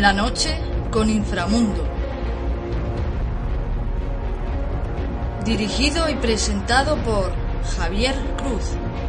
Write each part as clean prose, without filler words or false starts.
La noche con Inframundo. Dirigido y presentado por Javier Cruz.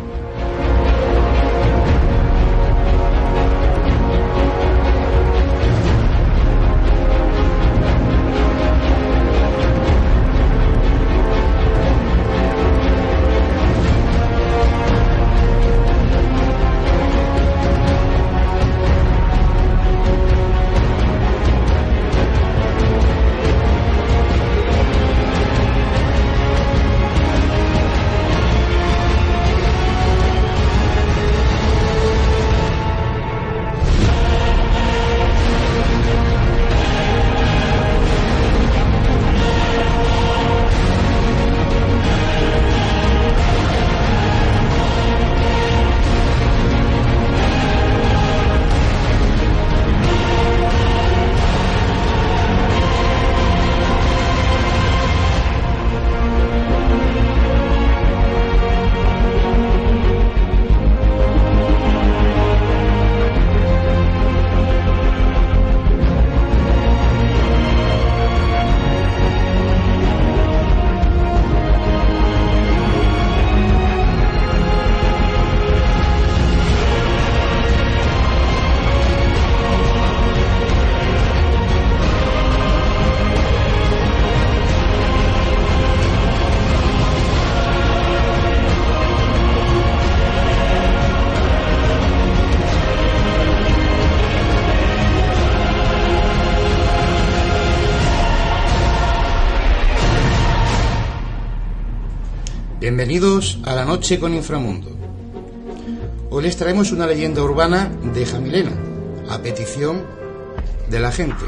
Bienvenidos a La Noche con Inframundo. Hoy les traemos una leyenda urbana de Jamilena, a petición de la gente.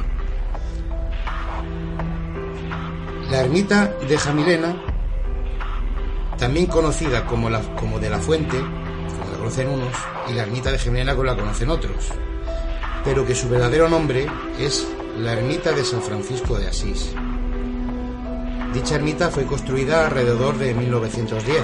La ermita de Jamilena, también conocida como de la Fuente, como la conocen unos, y la ermita de Jamilena como la conocen otros, pero que su verdadero nombre es la ermita de San Francisco de Asís. Dicha ermita fue construida alrededor de 1910.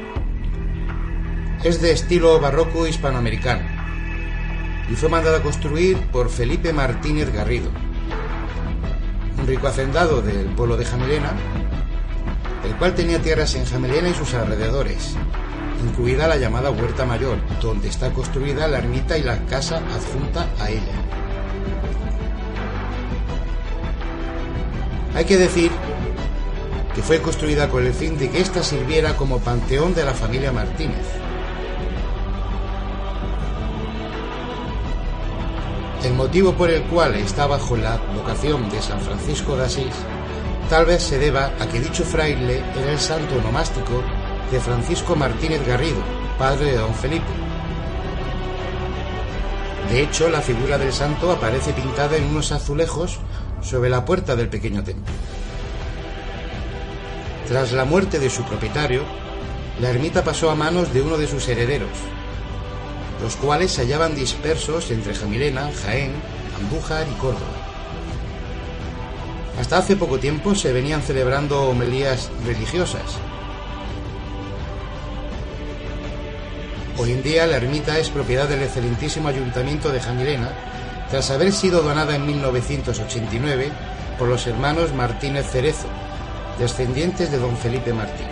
Es de estilo barroco hispanoamericano y fue mandada a construir por Felipe Martínez Garrido, un rico hacendado del pueblo de Jamilena, el cual tenía tierras en Jamilena y sus alrededores, incluida la llamada Huerta Mayor, donde está construida la ermita y la casa adjunta a ella. Hay que decir que fue construida con el fin de que ésta sirviera como panteón de la familia Martínez. El motivo por el cual está bajo la advocación de San Francisco de Asís tal vez se deba a que dicho fraile era el santo onomástico de Francisco Martínez Garrido, padre de don Felipe. De hecho, la figura del santo aparece pintada en unos azulejos sobre la puerta del pequeño templo. Tras la muerte de su propietario, la ermita pasó a manos de uno de sus herederos, los cuales se hallaban dispersos entre Jamilena, Jaén, Andújar y Córdoba. Hasta hace poco tiempo se venían celebrando homilías religiosas. Hoy en día la ermita es propiedad del excelentísimo Ayuntamiento de Jamilena, tras haber sido donada en 1989 por los hermanos Martínez Cerezo, descendientes de don Felipe Martínez.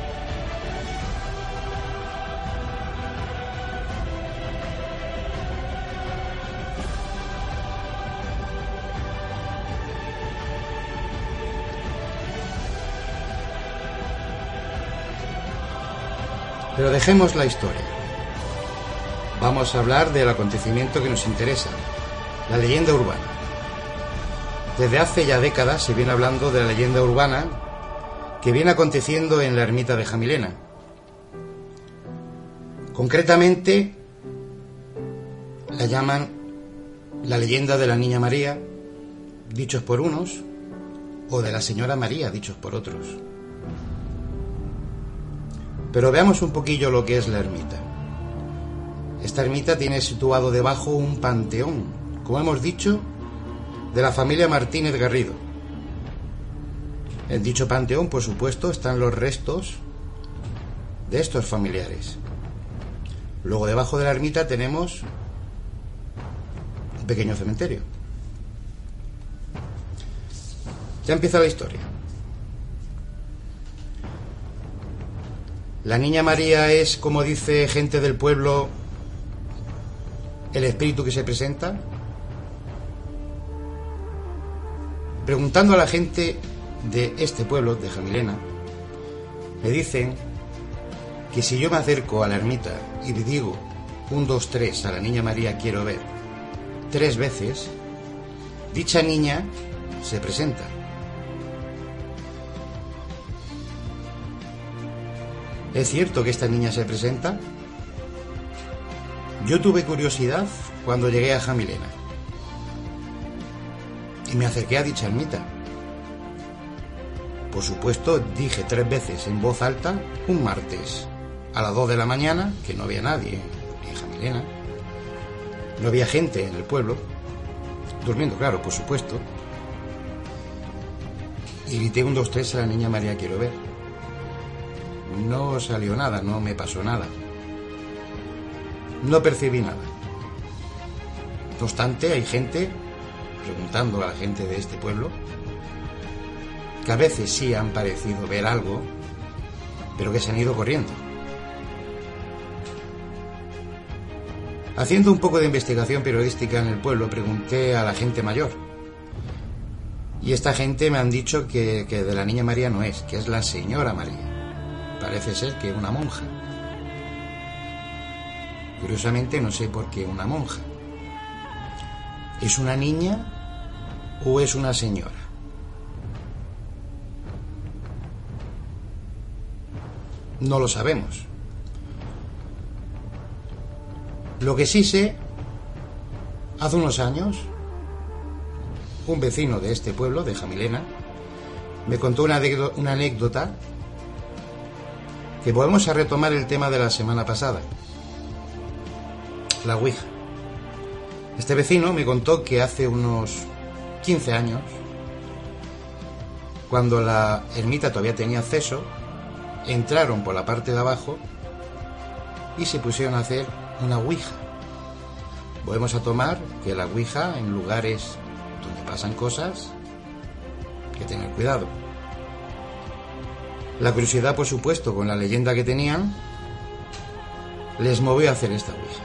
Pero dejemos la historia. Vamos a hablar del acontecimiento que nos interesa, la leyenda urbana. Desde hace ya décadas se viene hablando de la leyenda urbana que viene aconteciendo en la ermita de Jamilena. Concretamente, la llaman la leyenda de la Niña María, dichos por unos, o de la Señora María, dichos por otros. Pero veamos un poquillo lo que es la ermita. Esta ermita tiene situado debajo un panteón, como hemos dicho, de la familia Martínez Garrido. En dicho panteón, por supuesto, están los restos de estos familiares. Luego, debajo de la ermita tenemos un pequeño cementerio. Ya empieza la historia. La niña María es, como dice gente del pueblo, el espíritu que se presenta. Preguntando a la gente de este pueblo, de Jamilena, me dicen que si yo me acerco a la ermita y le digo 1, 2, 3 a la niña María quiero ver 3 veces, dicha niña se presenta. ¿Es cierto que esta niña se presenta? Yo tuve curiosidad cuando llegué a Jamilena y me acerqué a dicha ermita. Por supuesto, dije 3 veces en voz alta un martes a las 2 de la mañana, que no había nadie en Jamilena, no había gente en el pueblo, durmiendo, claro, por supuesto, y grité 1, 2, 3 a la niña María quiero ver. No salió nada, no me pasó nada, no percibí nada. No obstante, hay gente, preguntando a la gente de este pueblo, que a veces sí han parecido ver algo, pero que se han ido corriendo. Haciendo un poco de investigación periodística en el pueblo, pregunté a la gente mayor. Y esta gente me han dicho que de la niña María no es, que es la señora María. Parece ser que una monja. Curiosamente no sé por qué una monja. ¿Es una niña o es una señora? No lo sabemos. Lo que sí sé, hace unos años, un vecino de este pueblo, de Jamilena, me contó una anécdota que volvemos a retomar el tema de la semana pasada, la Ouija. Este vecino me contó que hace unos 15 años, cuando la ermita todavía tenía acceso, entraron por la parte de abajo y se pusieron a hacer una Ouija. Volvemos a tomar que la Ouija, en lugares donde pasan cosas, hay que tener cuidado. La curiosidad, por supuesto, con la leyenda que tenían, les movió a hacer esta Ouija.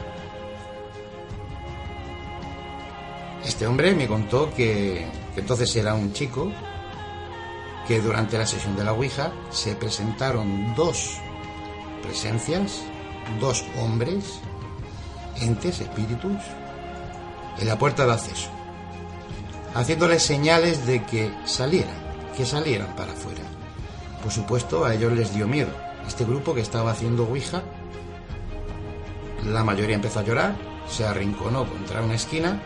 Este hombre me contó que entonces era un chico, que durante la sesión de la Ouija se presentaron 2 presencias, 2 hombres, entes, espíritus, en la puerta de acceso, haciéndoles señales de que salieran para afuera. Por supuesto, a ellos les dio miedo. Este grupo que estaba haciendo Ouija, la mayoría empezó a llorar, se arrinconó contra una esquina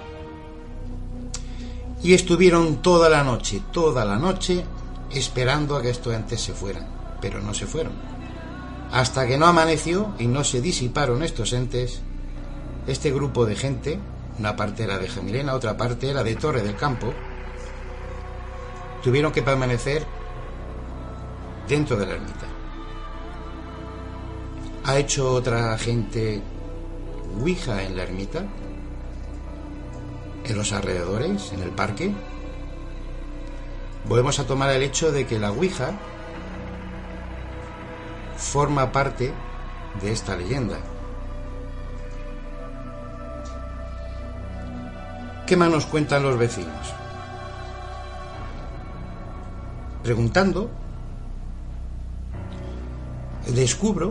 y estuvieron toda la noche, esperando a que estos entes se fueran, pero no se fueron. Hasta que no amaneció y no se disiparon estos entes, este grupo de gente, una parte era de Jamilena, otra parte era de Torre del Campo, tuvieron que permanecer dentro de la ermita. ¿Ha hecho otra gente Ouija en la ermita? ¿En los alrededores? ¿En el parque? Volvemos a tomar el hecho de que la Ouija forma parte de esta leyenda. ¿Qué más nos cuentan los vecinos? Preguntando, descubro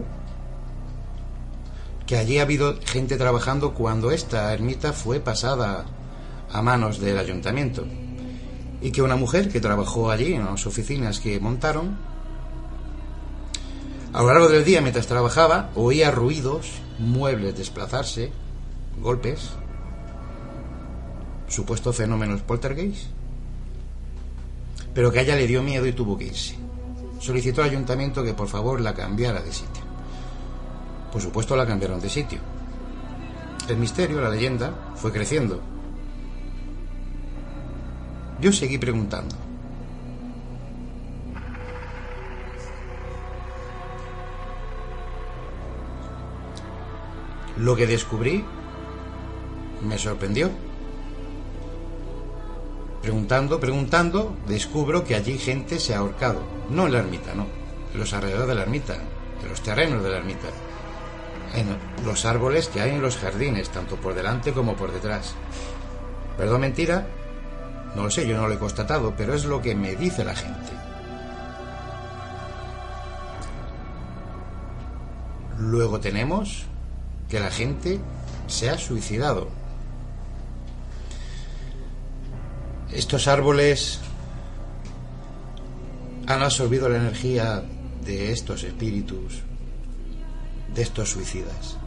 que allí ha habido gente trabajando cuando esta ermita fue pasada a manos del ayuntamiento, y que una mujer que trabajó allí en las oficinas que montaron, a lo largo del día mientras trabajaba oía ruidos, muebles desplazarse, golpes, supuestos fenómenos poltergeist, pero que a ella le dio miedo y tuvo que irse. Solicitó al ayuntamiento que por favor la cambiara de sitio. Por supuesto la cambiaron de sitio. El misterio, la leyenda, fue creciendo. Yo seguí preguntando. Lo que descubrí me sorprendió. Preguntando, descubro que allí gente se ha ahorcado. No en la ermita, no. En los alrededores de la ermita, en los terrenos de la ermita, en los árboles que hay en los jardines, tanto por delante como por detrás. ¿Verdad o mentira? No lo sé, yo no lo he constatado, pero es lo que me dice la gente. Luego tenemos que la gente se ha suicidado. Estos árboles han absorbido la energía de estos espíritus, de estos suicidas.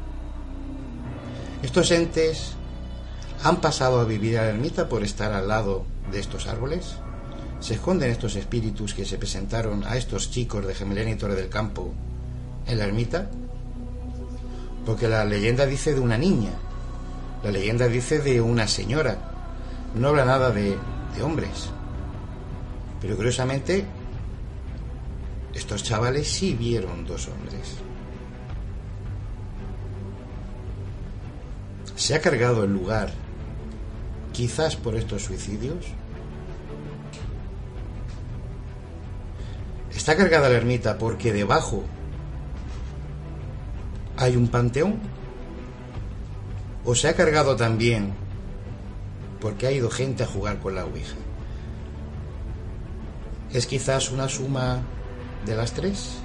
Estos entes han pasado a vivir a la ermita por estar al lado de estos árboles. Se esconden estos espíritus que se presentaron a estos chicos de Gemilena y Torre del Campo en la ermita, porque la leyenda dice de una niña, la leyenda dice de una señora, no habla nada de hombres. Pero curiosamente estos chavales sí vieron dos hombres. ¿Se ha cargado el lugar quizás por estos suicidios? ¿Está cargada la ermita porque debajo hay un panteón? ¿O se ha cargado también porque ha ido gente a jugar con la ouija? ¿Es quizás una suma de las tres?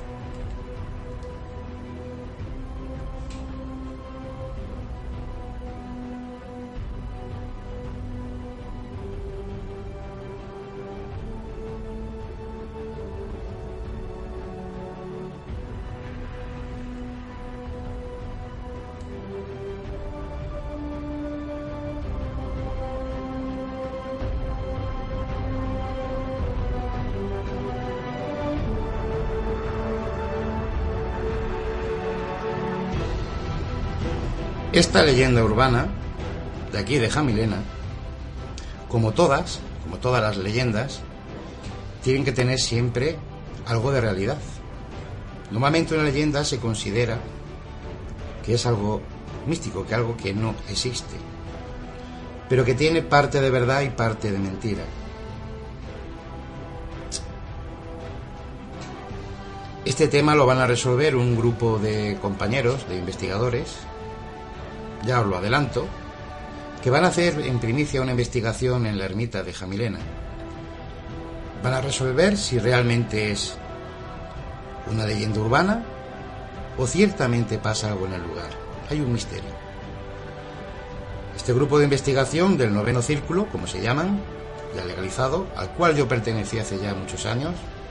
Esta leyenda urbana de aquí de Jamilena, como todas las leyendas, tienen que tener siempre algo de realidad. Normalmente una leyenda se considera que es algo místico, que algo que no existe, pero que tiene parte de verdad y parte de mentira. Este tema lo van a resolver un grupo de compañeros, de investigadores, ya os lo adelanto, que van a hacer en primicia una investigación en la ermita de Jamilena. Van a resolver si realmente es una leyenda urbana o ciertamente pasa algo en el lugar. Hay un misterio. Este grupo de investigación del 9º Círculo, como se llaman, ya legalizado, al cual yo pertenecí hace ya muchos años,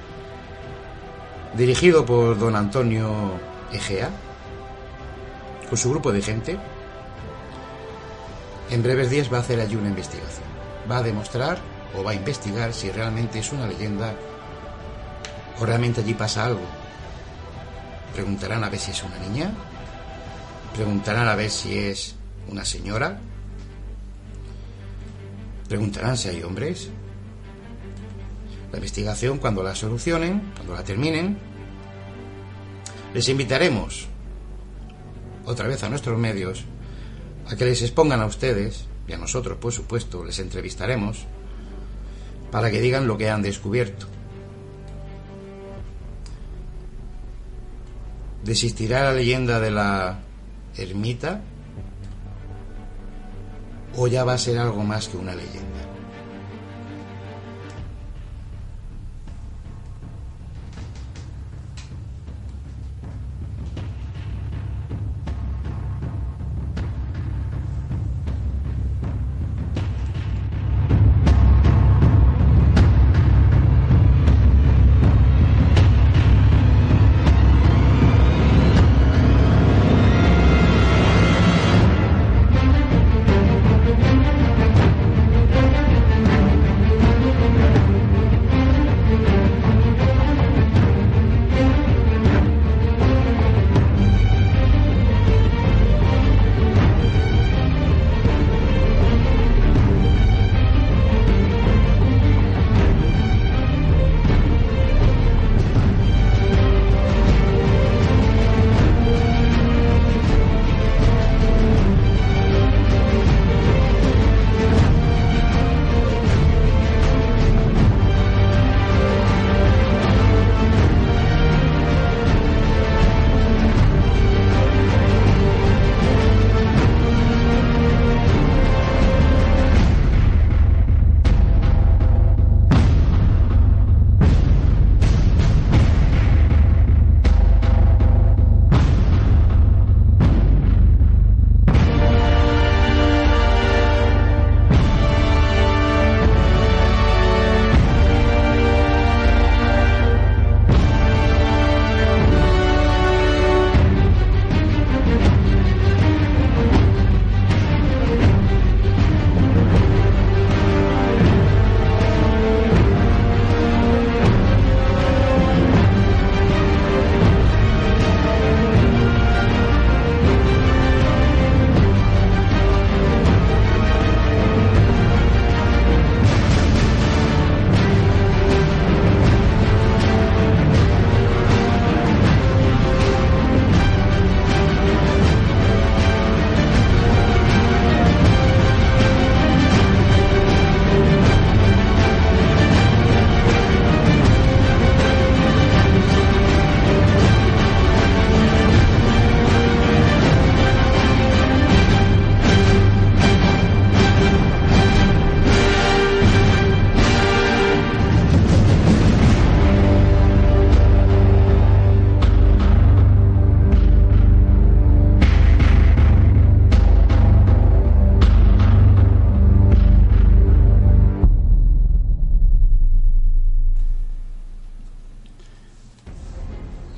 dirigido por don Antonio Egea, con su grupo de gente, en breves días va a hacer allí una investigación. Va a demostrar o va a investigar si realmente es una leyenda o realmente allí pasa algo. Preguntarán a ver si es una niña, preguntarán a ver si es una señora, preguntarán si hay hombres. La investigación, cuando la solucionen, cuando la terminen, les invitaremos otra vez a nuestros medios a que les expongan a ustedes, y a nosotros por supuesto les entrevistaremos, para que digan lo que han descubierto. ¿Desistirá la leyenda de la ermita o ya va a ser algo más que una leyenda?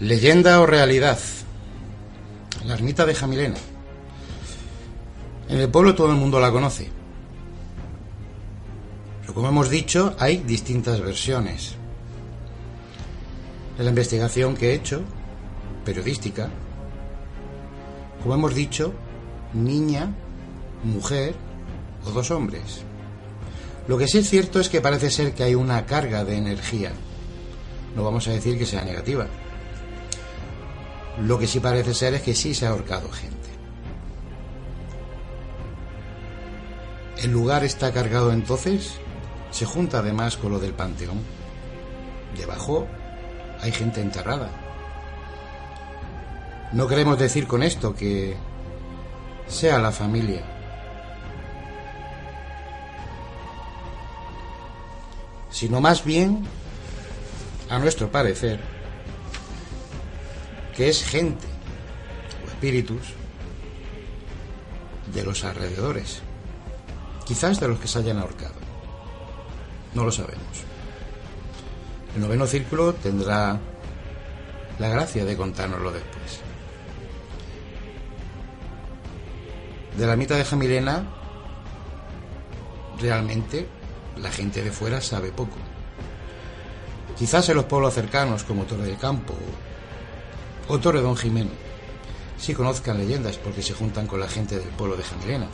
¿Leyenda o realidad? La ermita de Jamilena. En el pueblo todo el mundo la conoce. Pero como hemos dicho, hay distintas versiones. En la investigación que he hecho, periodística, como hemos dicho, niña, mujer o dos hombres. Lo que sí es cierto es que parece ser que hay una carga de energía. No vamos a decir que sea negativa. Lo que sí parece ser es que sí se ha ahorcado gente. El lugar está cargado entonces, se junta además con lo del panteón. Debajo hay gente enterrada. No queremos decir con esto que sea la familia, sino más bien, a nuestro parecer, que es gente o espíritus de los alrededores, quizás de los que se hayan ahorcado. No lo sabemos. El noveno círculo tendrá la gracia de contárnoslo después. De la ermita de Jamilena, realmente la gente de fuera sabe poco. Quizás en los pueblos cercanos como Torre del Campo o Torre Don Jimeno sí conozcan leyendas porque se juntan con la gente del pueblo de Jamilena.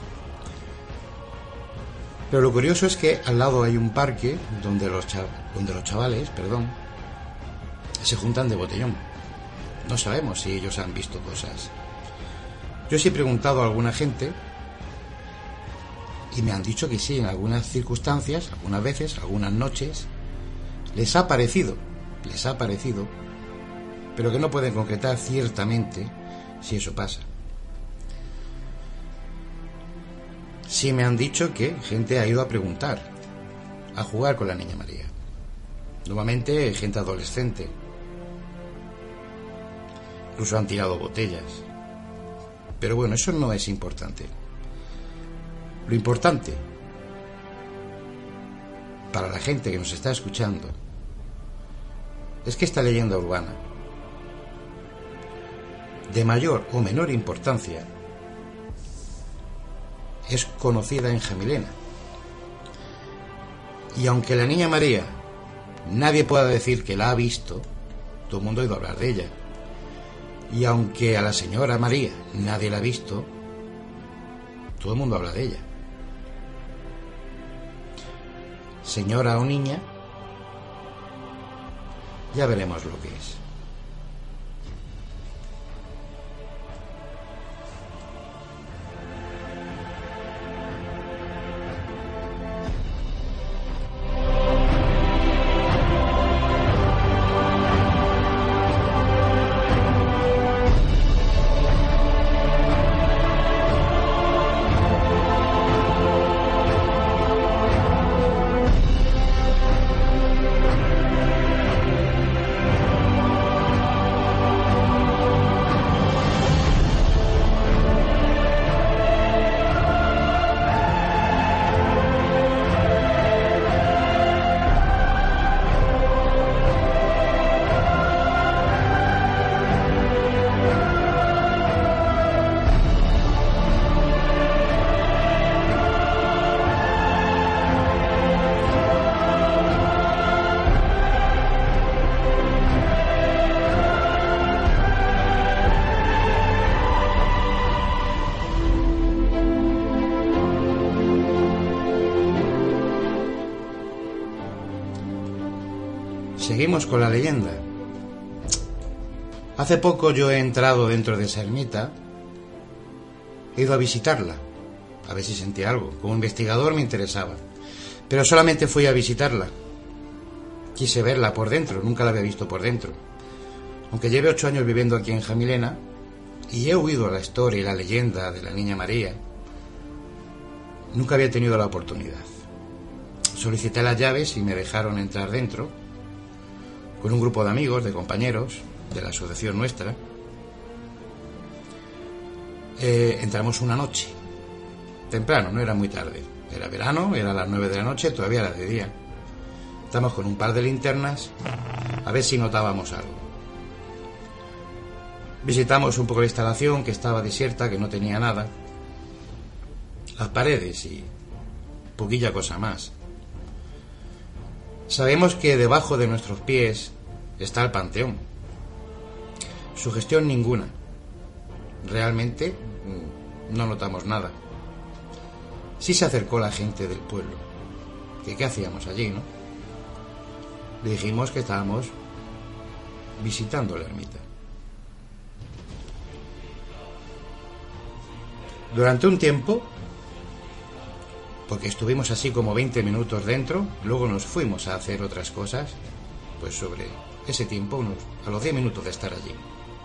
Pero lo curioso es que al lado hay un parque donde los chavales se juntan de botellón. No sabemos si ellos han visto cosas. Yo sí he preguntado a alguna gente y me han dicho que sí, en algunas circunstancias, algunas veces, algunas noches, les ha parecido, pero que no pueden concretar ciertamente si eso pasa. Sí me han dicho que gente ha ido a preguntar, a jugar con la Niña María. Normalmente gente adolescente. Incluso han tirado botellas. Pero bueno, eso no es importante. Lo importante para la gente que nos está escuchando es que esta leyenda urbana, de mayor o menor importancia, es conocida en Jamilena. Y aunque la Niña María nadie pueda decir que la ha visto, todo el mundo ha oído hablar de ella. Y aunque a la señora María nadie la ha visto, todo el mundo habla de ella. Señora o niña, ya veremos lo que es. Seguimos con la leyenda. Hace poco yo he entrado dentro de esa ermita, he ido a visitarla, a ver si sentía algo. Como investigador me interesaba, pero solamente fui a visitarla. Quise verla por dentro, nunca la había visto por dentro. Aunque lleve 8 años viviendo aquí en Jamilena y he oído la historia y la leyenda de la Niña María, nunca había tenido la oportunidad. Solicité las llaves y me dejaron entrar dentro con un grupo de amigos, de compañeros de la asociación nuestra. Entramos una noche temprano, no era muy tarde, era verano, era a las 9 de la noche, todavía era de día. Estamos con un par de linternas a ver si notábamos algo. Visitamos un poco la instalación, que estaba desierta, que no tenía nada, las paredes y poquilla cosa más. Sabemos que debajo de nuestros pies está el panteón. Sugestión ninguna. Realmente no notamos nada. Sí se acercó la gente del pueblo. Que qué hacíamos allí, ¿no? Le dijimos que estábamos visitando la ermita. Durante un tiempo, porque estuvimos así como 20 minutos dentro, luego nos fuimos a hacer otras cosas, pues sobre ese tiempo, a los 10 minutos de estar allí.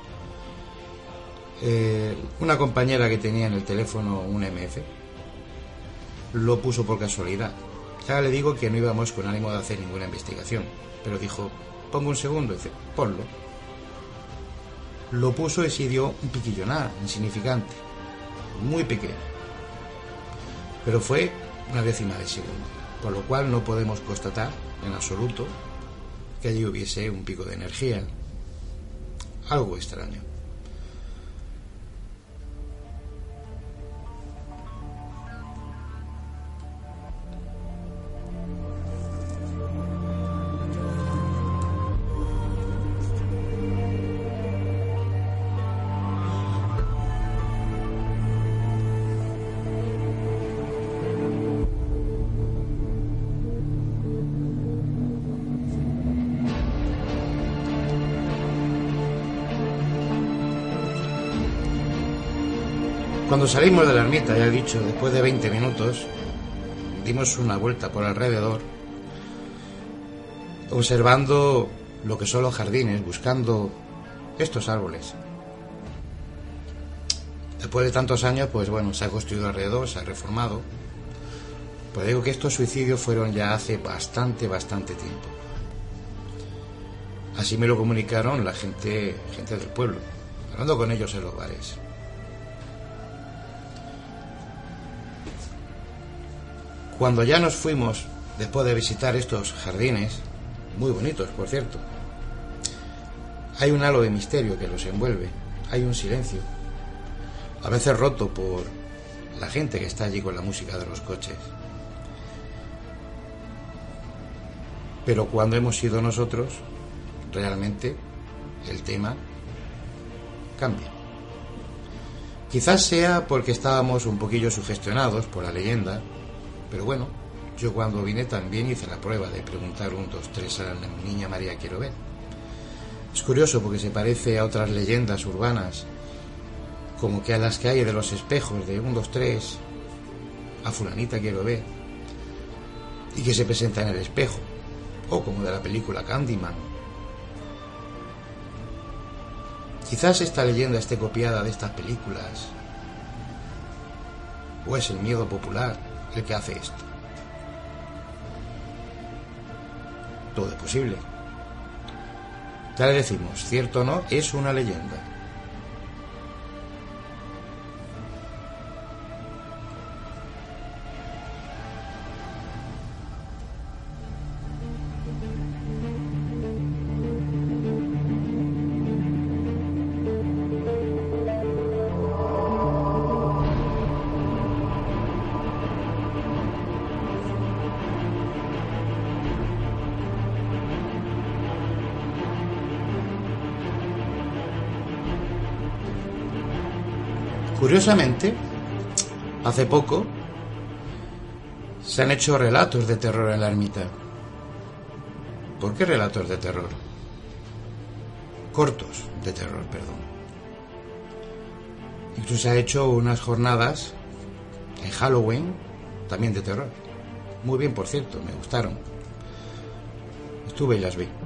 Una compañera que tenía en el teléfono un MF lo puso por casualidad. Ya le digo que no íbamos con ánimo de hacer ninguna investigación, pero dijo, pongo un segundo, y dice, ponlo. Lo puso y sí dio un piquillo, nada, insignificante, muy pequeño, pero fue una décima de segundo, por lo cual no podemos constatar en absoluto que allí hubiese un pico de energía. Algo extraño. Cuando salimos de la ermita, ya he dicho, después de 20 minutos, dimos una vuelta por alrededor, observando lo que son los jardines, buscando estos árboles. Después de tantos años, pues bueno, se ha construido alrededor, se ha reformado. Pues digo que estos suicidios fueron ya hace bastante tiempo. Así me lo comunicaron la gente del pueblo, hablando con ellos en los bares. Cuando ya nos fuimos, después de visitar estos jardines, muy bonitos, por cierto, hay un halo de misterio que los envuelve, hay un silencio, a veces roto por la gente que está allí con la música de los coches. Pero cuando hemos ido nosotros, realmente el tema cambia. Quizás sea porque estábamos un poquillo sugestionados por la leyenda. Pero bueno, yo cuando vine también hice la prueba de preguntar 1, 2, 3 a la niña María quiero ver. Es curioso porque se parece a otras leyendas urbanas, como que a las que hay de los espejos de 1, 2, 3, a fulanita quiero ver, y que se presenta en el espejo, o como de la película Candyman. Quizás esta leyenda esté copiada de estas películas, o es el miedo popular el que hace esto. Todo es posible. Ya le decimos, cierto o no, es una leyenda. Curiosamente, hace poco se han hecho relatos de terror en la ermita. ¿Por qué relatos de terror? Cortos de terror, perdón. Incluso se ha hecho unas jornadas en Halloween, también de terror. Muy bien, por cierto, me gustaron. Estuve y las vi.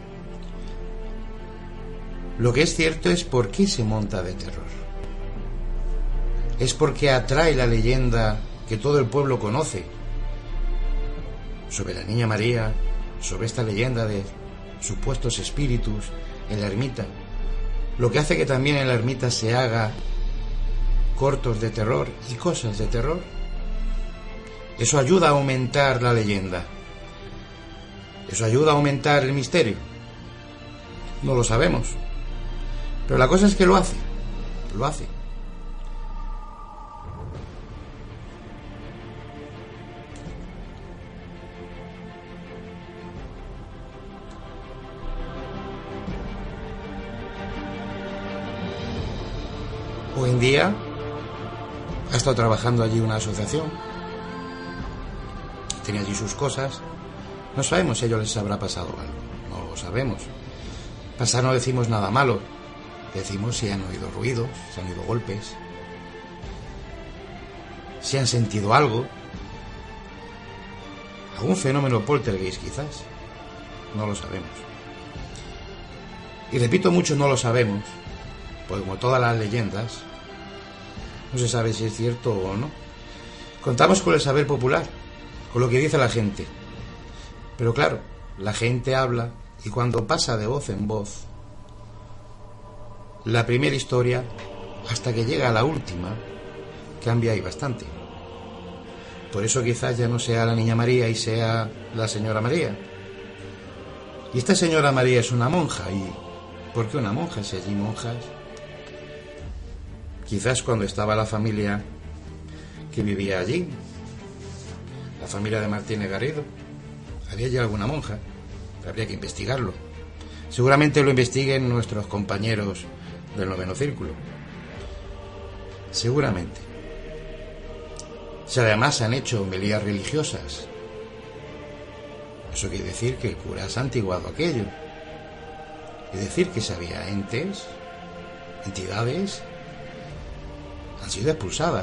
Lo que es cierto es por qué se monta de terror. Es porque atrae la leyenda que todo el pueblo conoce sobre la Niña María, sobre esta leyenda de supuestos espíritus en la ermita, lo que hace que también en la ermita se haga cortos de terror y cosas de terror. Eso ayuda a aumentar la leyenda, eso ayuda a aumentar el misterio. No lo sabemos, Pero la cosa es que lo hace. Lo hace. Hoy en día ha estado trabajando allí una asociación, tiene allí sus cosas. No sabemos si a ellos les habrá pasado algo, no lo sabemos. Pasar no decimos nada malo, decimos si han oído ruidos, si han oído golpes, si han sentido algo, algún fenómeno poltergeist quizás, no lo sabemos. Y repito mucho, no lo sabemos, pues como todas las leyendas, no se sabe si es cierto o no. Contamos con el saber popular, con lo que dice la gente. Pero claro, la gente habla y cuando pasa de voz en voz, la primera historia, hasta que llega a la última, cambia ahí bastante. Por eso quizás ya no sea la niña María y sea la señora María. Y esta señora María es una monja. ¿Y por qué una monja? Si allí monjas... Quizás cuando estaba la familia que vivía allí, la familia de Martínez Garrido, había ya alguna monja. Habría que investigarlo. Seguramente lo investiguen nuestros compañeros del Noveno Círculo. Seguramente. Si además se han hecho homilías religiosas, eso quiere decir que el cura ha santiguado aquello. Es decir, que si había entes, entidades, han sido expulsadas.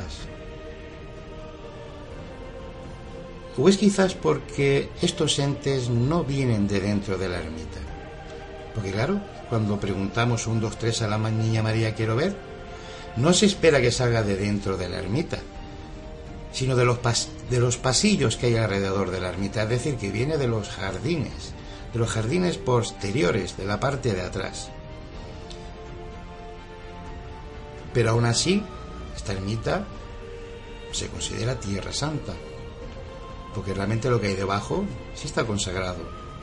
O es quizás porque estos entes no vienen de dentro de la ermita. Porque claro, cuando preguntamos 1, 2, 3 a la niña María quiero ver, no se espera que salga de dentro de la ermita, sino de los pasillos que hay alrededor de la ermita. Es decir, que viene de los jardines posteriores, de la parte de atrás. Pero aún así, esta ermita se considera Tierra Santa, porque realmente lo que hay debajo sí está consagrado.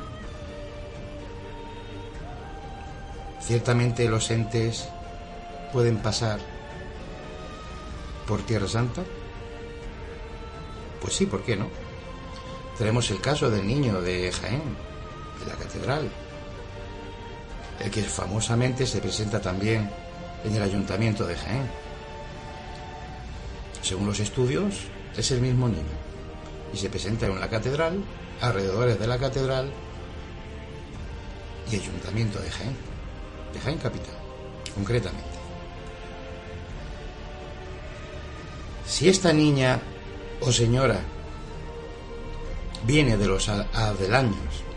Ciertamente los entes pueden pasar por Tierra Santa. Pues sí, ¿por qué no? Tenemos el caso del niño de Jaén, de la catedral, el que famosamente se presenta también en el ayuntamiento de Jaén. Según los estudios, es el mismo niño y se presenta en la catedral, alrededores de la catedral y ayuntamiento de Jaén capital, concretamente. Si esta niña o señora viene de los aledaños,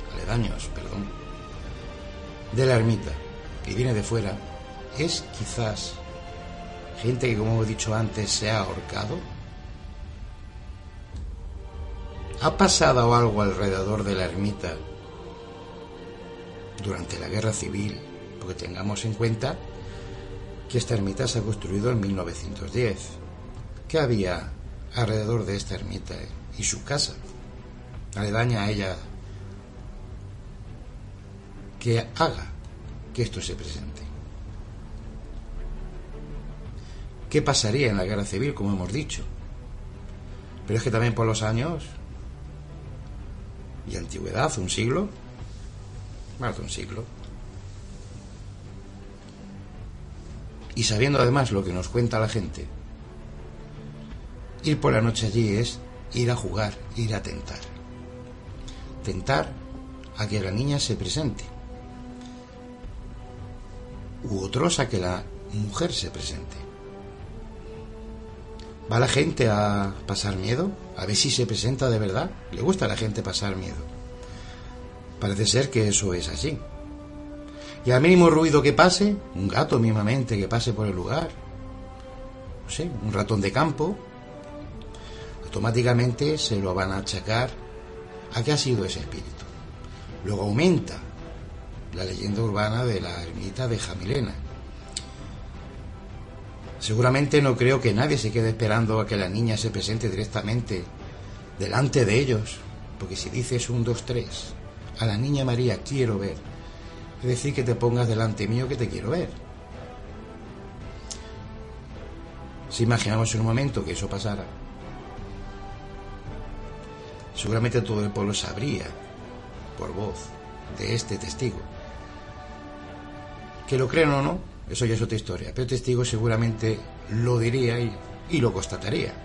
de la ermita y viene de fuera, es quizás gente que, como he dicho antes, se ha ahorcado. ¿Ha pasado algo alrededor de la ermita durante la Guerra Civil? Porque tengamos en cuenta que esta ermita se ha construido en 1910. ¿Qué había alrededor de esta ermita y su casa aledaña a ella que haga que esto se presente? ¿Qué pasaría en la Guerra Civil, como hemos dicho? Pero es que también por los años y antigüedad, un siglo, más de un siglo, y sabiendo además lo que nos cuenta la gente, ir por la noche allí es ir a jugar, ir a tentar a que la niña se presente, u otros a que la mujer se presente. ¿Va la gente a pasar miedo? A ver si se presenta de verdad. ¿Le gusta a la gente pasar miedo? Parece ser que eso es así. Y al mínimo ruido que pase, un gato mismamente que pase por el lugar, no sé, un ratón de campo, automáticamente se lo van a achacar a que ha sido ese espíritu. Luego aumenta la leyenda urbana de la ermita de Jamilena. Seguramente no creo que nadie se quede esperando a que la niña se presente directamente delante de ellos, porque si dices 1, 2, 3 a la niña María quiero ver, es decir, que te pongas delante mío que te quiero ver. Si imaginamos en un momento que eso pasara, seguramente todo el pueblo sabría, por voz, de este testigo. Que lo crean o no, eso ya es otra historia, pero el testigo seguramente lo diría y lo constataría.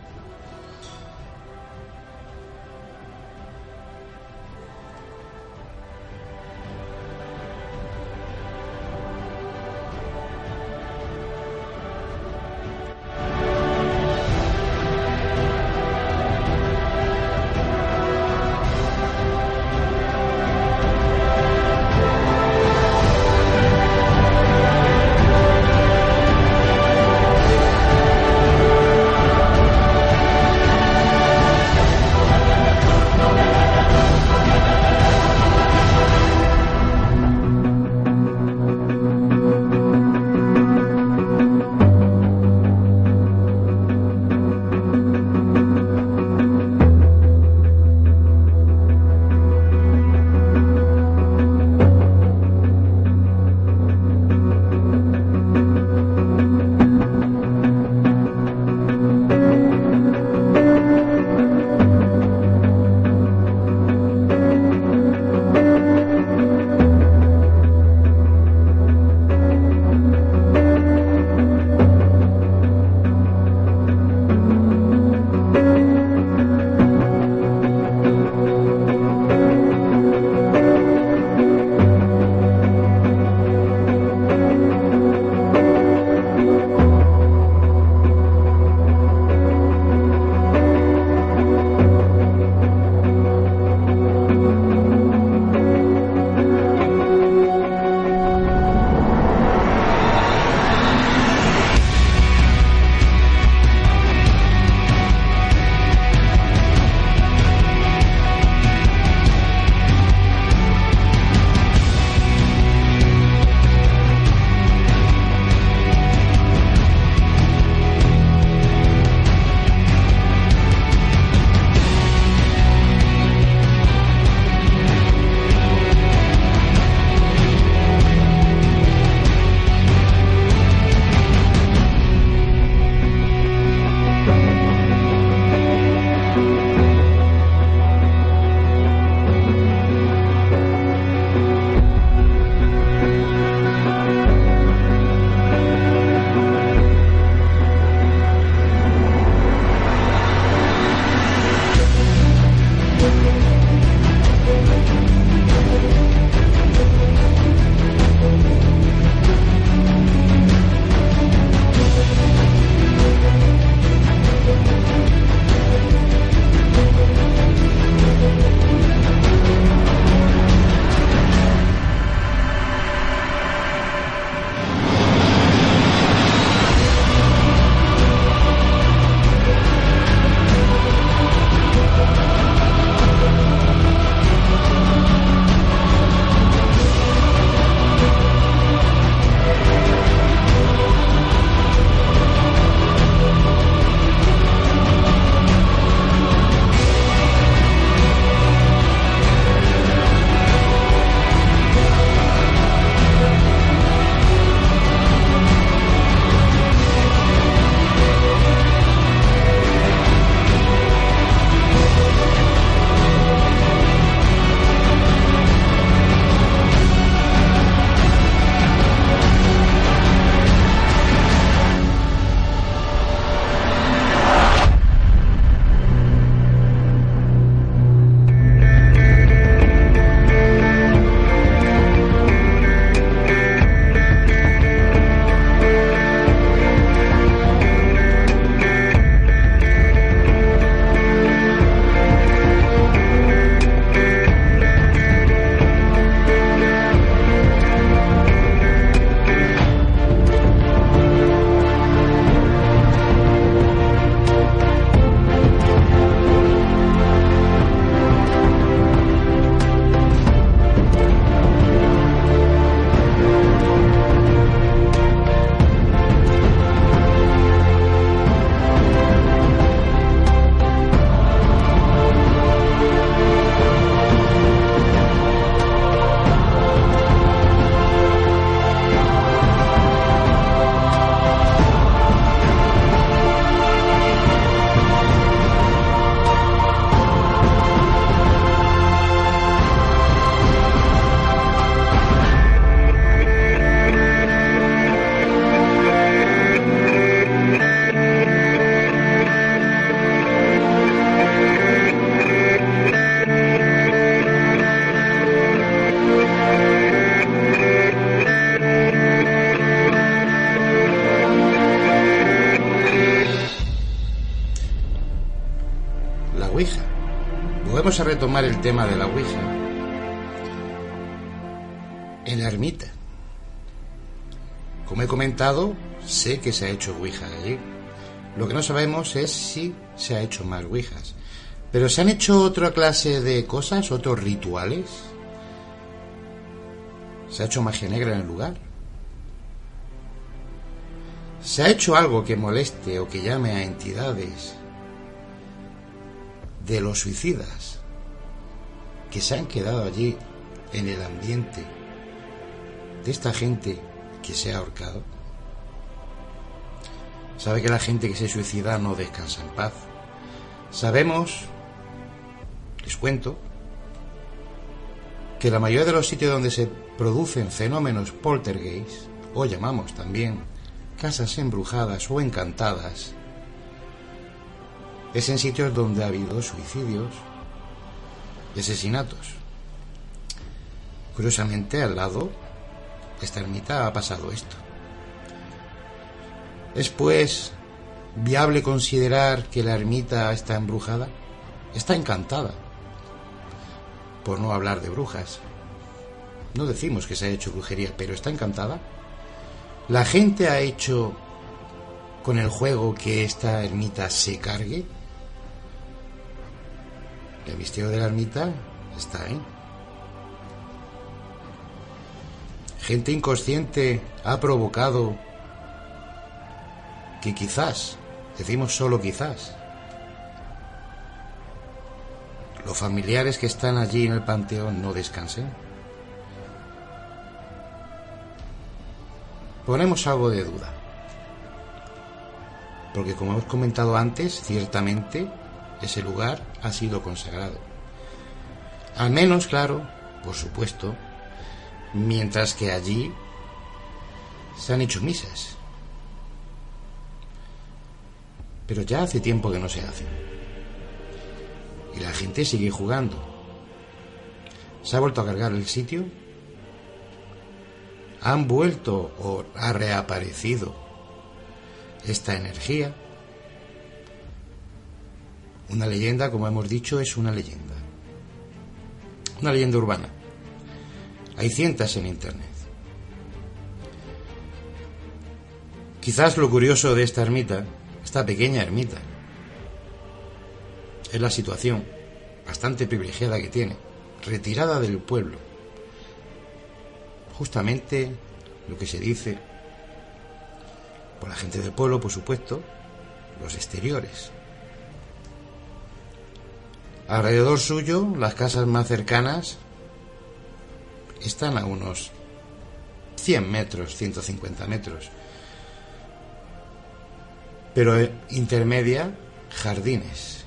la Ouija. Volvemos a retomar el tema de la Ouija en la ermita. Como he comentado, sé que se ha hecho Ouija allí. Lo que no sabemos es si se ha hecho más Ouijas. Pero ¿se han hecho otra clase de cosas, otros rituales? ¿Se ha hecho magia negra en el lugar? ¿Se ha hecho algo que moleste o que llame a entidades de los suicidas que se han quedado allí en el ambiente de esta gente que se ha ahorcado? Sabe que la gente que se suicida no descansa en paz. Sabemos, les cuento, que la mayoría de los sitios donde se producen fenómenos poltergeist, o llamamos también casas embrujadas o encantadas, es en sitios donde ha habido suicidios y asesinatos. Curiosamente, al lado de esta ermita ha pasado esto. ¿Es pues viable considerar que la ermita está embrujada? Está encantada, por no hablar de brujas. No decimos que se ha hecho brujería, pero está encantada. ¿La gente ha hecho con el juego que esta ermita se cargue? El misterio de la ermita está ahí. Gente inconsciente ha provocado que quizás, decimos solo quizás, los familiares que están allí en el panteón no descansen. Ponemos algo de duda, porque como hemos comentado antes, ciertamente ese lugar ha sido consagrado. Al menos, claro, por supuesto, mientras que allí se han hecho misas. Pero ya hace tiempo que no se hacen. Y la gente sigue jugando. ¿Se ha vuelto a cargar el sitio? ¿Han vuelto o ha reaparecido esta energía? Una leyenda, como hemos dicho, es una leyenda. Una leyenda urbana. Hay cientos en internet. Quizás lo curioso de esta ermita, esta pequeña ermita, es la situación bastante privilegiada que tiene, retirada del pueblo. Justamente lo que se dice por la gente del pueblo, por supuesto, los exteriores. Alrededor suyo, las casas más cercanas están a unos 100 metros, 150 metros. Pero intermedia, jardines.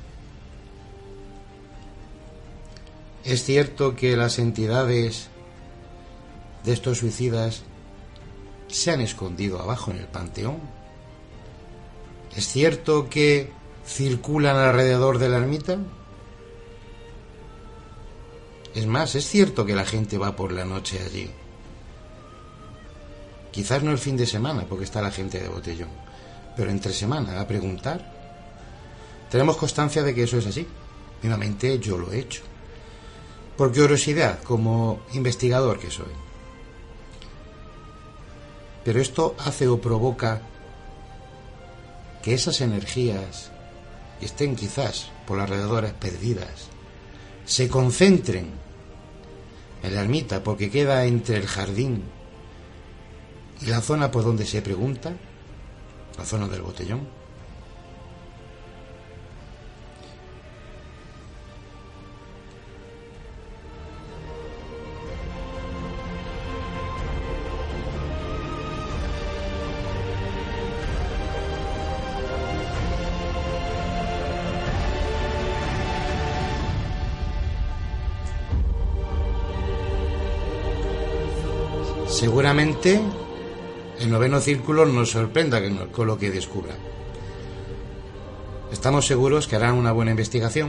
Es cierto que las entidades de estos suicidas se han escondido abajo en el panteón. Es cierto que circulan alrededor de la ermita. Es más, es cierto que la gente va por la noche allí. Quizás no el fin de semana, porque está la gente de botellón, pero entre semana, a preguntar. Tenemos constancia de que eso es así. Mismamente yo lo he hecho. Por curiosidad, como investigador que soy. Pero esto hace o provoca que esas energías que estén quizás por las alrededores perdidas se concentren en la ermita, porque queda entre el jardín y la zona por donde se pregunta, la zona del botellón. Seguramente el noveno círculo nos sorprenda con lo que descubra. Estamos seguros que harán una buena investigación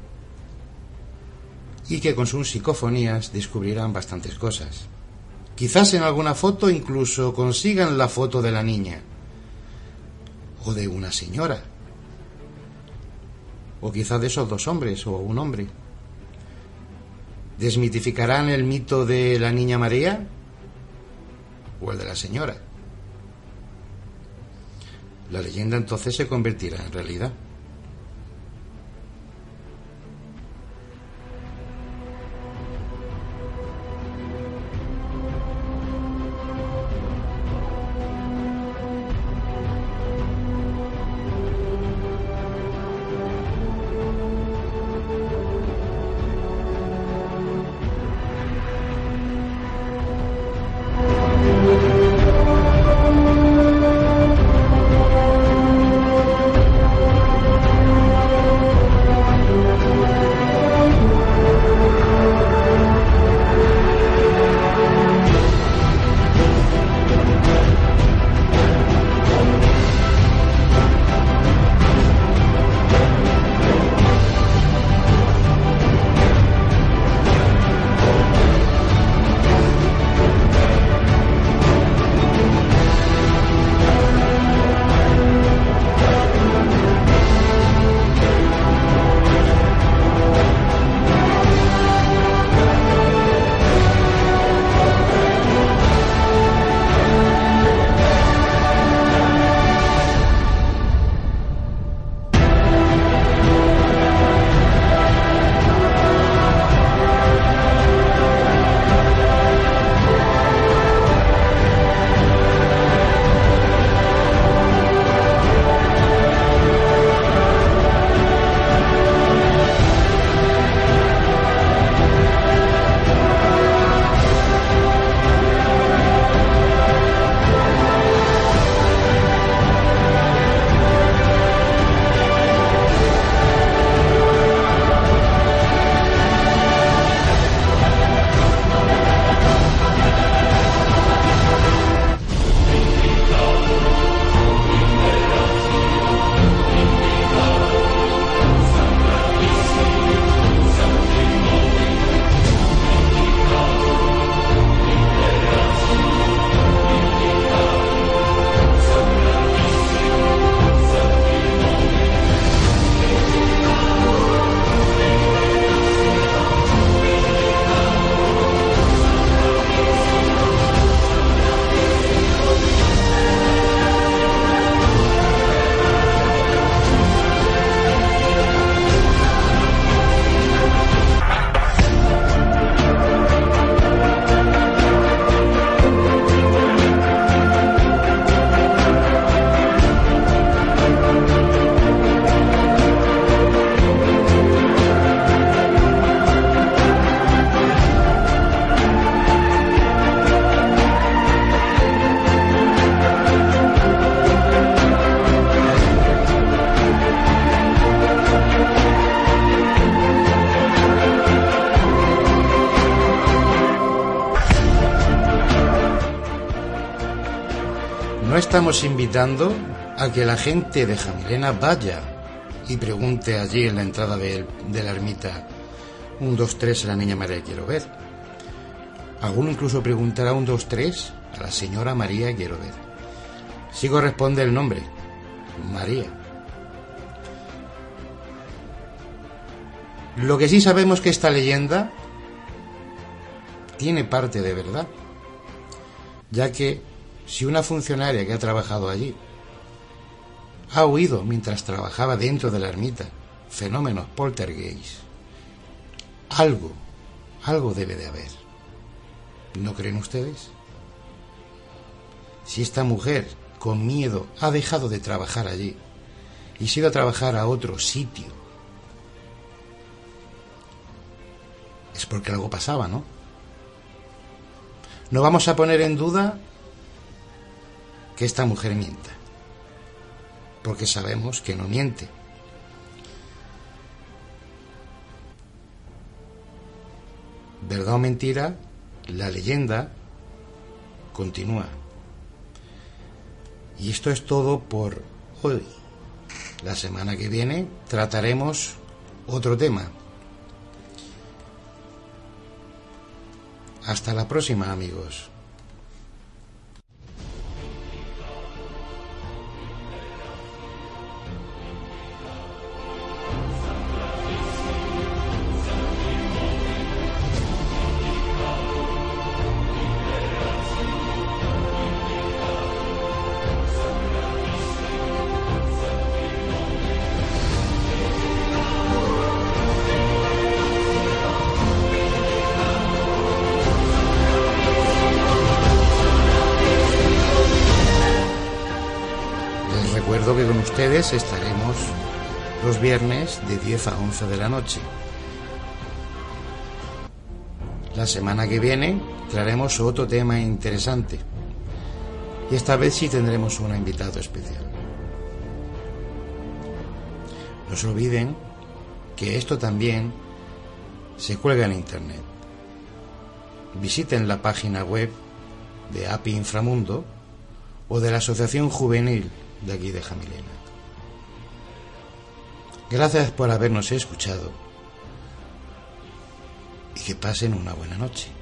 y que con sus psicofonías descubrirán bastantes cosas. Quizás en alguna foto incluso consigan la foto de la niña o de una señora. o quizás de esos dos hombres o un hombre. ¿Desmitificarán el mito de la niña María o el de la señora? La leyenda entonces se convertirá en realidad. No estamos invitando a que la gente de Jamilena vaya y pregunte allí en la entrada de la ermita 1, 2, 3 a la niña María quiero ver. Alguno incluso preguntará 1, 2, 3 a la señora María quiero ver. Sí corresponde el nombre, María. Lo que sí sabemos es que esta leyenda tiene parte de verdad, ya que si una funcionaria que ha trabajado allí ha oído mientras trabajaba dentro de la ermita fenómenos poltergeist, algo debe de haber. ¿No creen ustedes? Si esta mujer con miedo ha dejado de trabajar allí y se ha ido a trabajar a otro sitio, es porque algo pasaba, ¿no? No vamos a poner en duda que esta mujer mienta, porque sabemos que no miente. ¿Verdad o mentira? La leyenda continúa. Y esto es todo por hoy. La semana que viene trataremos otro tema. Hasta la próxima, amigos. recuerdo que con ustedes estaremos los viernes de 10 a 11 de la noche. La semana que viene traeremos otro tema interesante y esta vez sí tendremos un invitado especial. No se olviden que esto también se cuelga en internet. Visiten la página web de API Inframundo o de la Asociación Juvenil de aquí de Jamilena. Gracias por habernos escuchado y que pasen una buena noche.